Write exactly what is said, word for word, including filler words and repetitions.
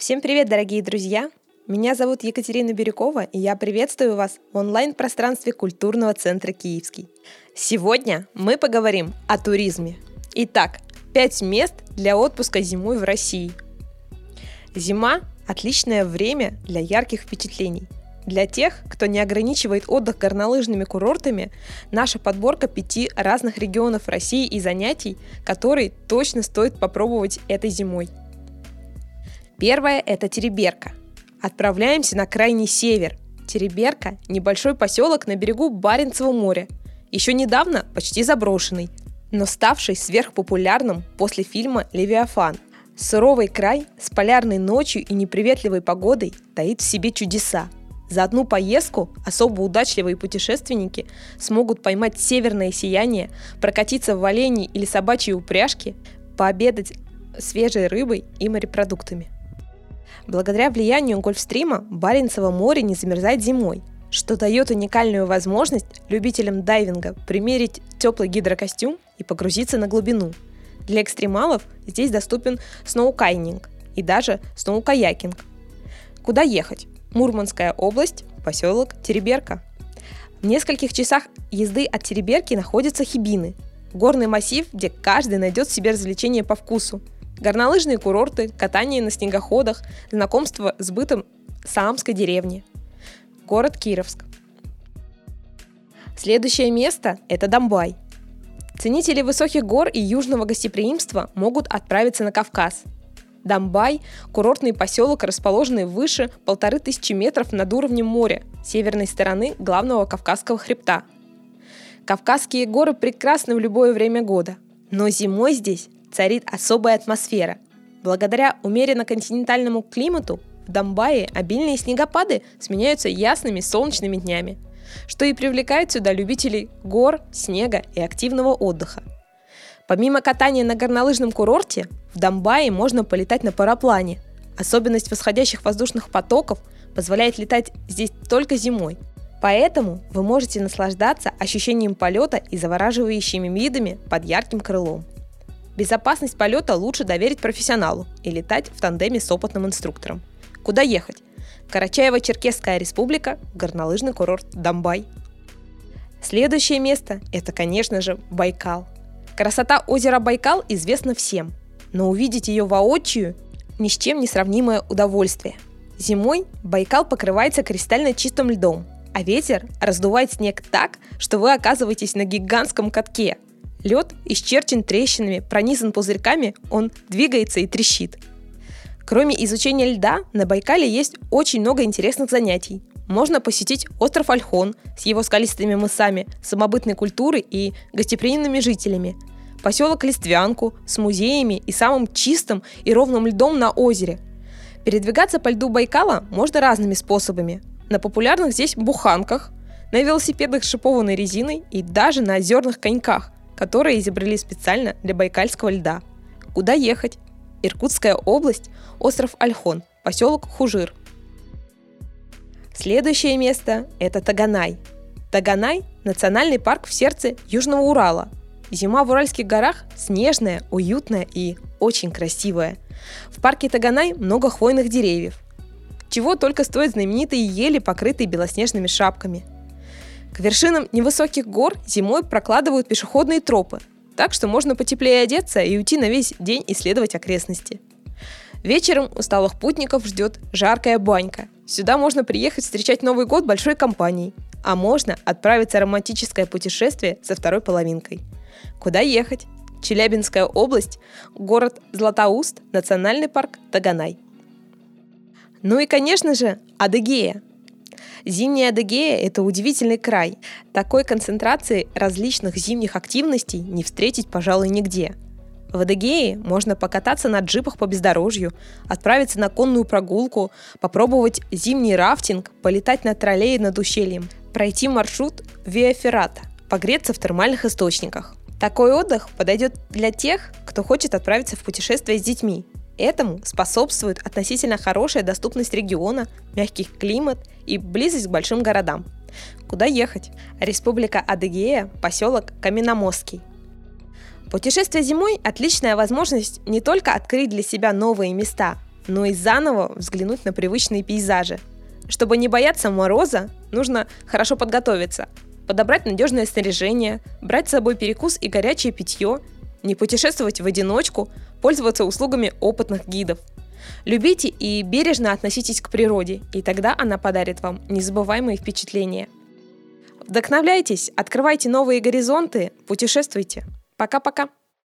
Всем привет, дорогие друзья! Меня зовут Екатерина Бирюкова, и я приветствую вас в онлайн-пространстве культурного центра «Киевский». Сегодня мы поговорим о туризме. Итак, пять мест для отпуска зимой в России. Зима – отличное время для ярких впечатлений. Для тех, кто не ограничивает отдых горнолыжными курортами, наша подборка пяти разных регионов России и занятий, которые точно стоит попробовать этой зимой. Первое – это Тереберка. Отправляемся на крайний север. Тереберка – небольшой поселок на берегу Баренцева моря, еще недавно почти заброшенный, но ставший сверхпопулярным после фильма «Левиафан». Суровый край с полярной ночью и неприветливой погодой таит в себе чудеса. За одну поездку особо удачливые путешественники смогут поймать северное сияние, прокатиться в оленей или собачьей упряжке, пообедать свежей рыбой и морепродуктами. Благодаря влиянию Гольфстрима Баренцево море не замерзает зимой, что дает уникальную возможность любителям дайвинга примерить теплый гидрокостюм и погрузиться на глубину. Для экстремалов здесь доступен сноукайнинг и даже сноукаякинг. Куда ехать? Мурманская область, поселок Тереберка. В нескольких часах езды от Тереберки находятся Хибины, горный массив, где каждый найдет себе развлечение по вкусу. Горнолыжные курорты, катание на снегоходах, знакомство с бытом Саамской деревни. Город Кировск. Следующее место – это Домбай. Ценители высоких гор и южного гостеприимства могут отправиться на Кавказ. Домбай – курортный поселок, расположенный выше полторы тысячи метров над уровнем моря, северной стороны главного Кавказского хребта. Кавказские горы прекрасны в любое время года, но зимой здесь царит особая атмосфера. Благодаря умеренно-континентальному климату в Домбае обильные снегопады сменяются ясными солнечными днями, что и привлекает сюда любителей гор, снега и активного отдыха. Помимо катания на горнолыжном курорте, в Домбае можно полетать на параплане. Особенность восходящих воздушных потоков позволяет летать здесь только зимой. Поэтому вы можете наслаждаться ощущением полета и завораживающими видами под ярким крылом. Безопасность полета лучше доверить профессионалу и летать в тандеме с опытным инструктором. Куда ехать? Карачаево-Черкесская республика, горнолыжный курорт Домбай. Следующее место – это, конечно же, Байкал. Красота озера Байкал известна всем, но увидеть ее воочию – ни с чем не сравнимое удовольствие. Зимой Байкал покрывается кристально чистым льдом, а ветер раздувает снег так, что вы оказываетесь на гигантском катке. Лед исчерчен трещинами, пронизан пузырьками, он двигается и трещит. Кроме изучения льда, на Байкале есть очень много интересных занятий. Можно посетить остров Ольхон с его скалистыми мысами, самобытной культурой и гостеприимными жителями, поселок Листвянку с музеями и самым чистым и ровным льдом на озере. Передвигаться по льду Байкала можно разными способами. На популярных здесь буханках, на велосипедах с шипованной резиной и даже на озерных коньках, которые изобрели специально для байкальского льда. Куда ехать? Иркутская область, остров Ольхон, поселок Хужир. Следующее место – это Таганай. Таганай – национальный парк в сердце Южного Урала. Зима в Уральских горах снежная, уютная и очень красивая. В парке Таганай много хвойных деревьев. Чего только стоят знаменитые ели, покрытые белоснежными шапками. К вершинам невысоких гор зимой прокладывают пешеходные тропы, так что можно потеплее одеться и уйти на весь день исследовать окрестности. Вечером усталых путников ждет жаркая банька. Сюда можно приехать встречать Новый год большой компанией, а можно отправиться в романтическое путешествие со второй половинкой. Куда ехать? Челябинская область, город Златоуст, национальный парк Таганай. Ну и, конечно же, Адыгея. Зимняя Адыгея – это удивительный край. Такой концентрации различных зимних активностей не встретить, пожалуй, нигде. В Адыгее можно покататься на джипах по бездорожью, отправиться на конную прогулку, попробовать зимний рафтинг, полетать на троллее над ущельем, пройти маршрут Виа Феррата, погреться в термальных источниках. Такой отдых подойдет для тех, кто хочет отправиться в путешествие с детьми. Этому способствует относительно хорошая доступность региона, мягкий климат и близость к большим городам. Куда ехать? Республика Адыгея, поселок Каменномостский. Путешествие зимой – отличная возможность не только открыть для себя новые места, но и заново взглянуть на привычные пейзажи. Чтобы не бояться мороза, нужно хорошо подготовиться, подобрать надежное снаряжение, брать с собой перекус и горячее питье, не путешествовать в одиночку, пользоваться услугами опытных гидов. Любите и бережно относитесь к природе, и тогда она подарит вам незабываемые впечатления. Вдохновляйтесь, открывайте новые горизонты, путешествуйте. Пока-пока!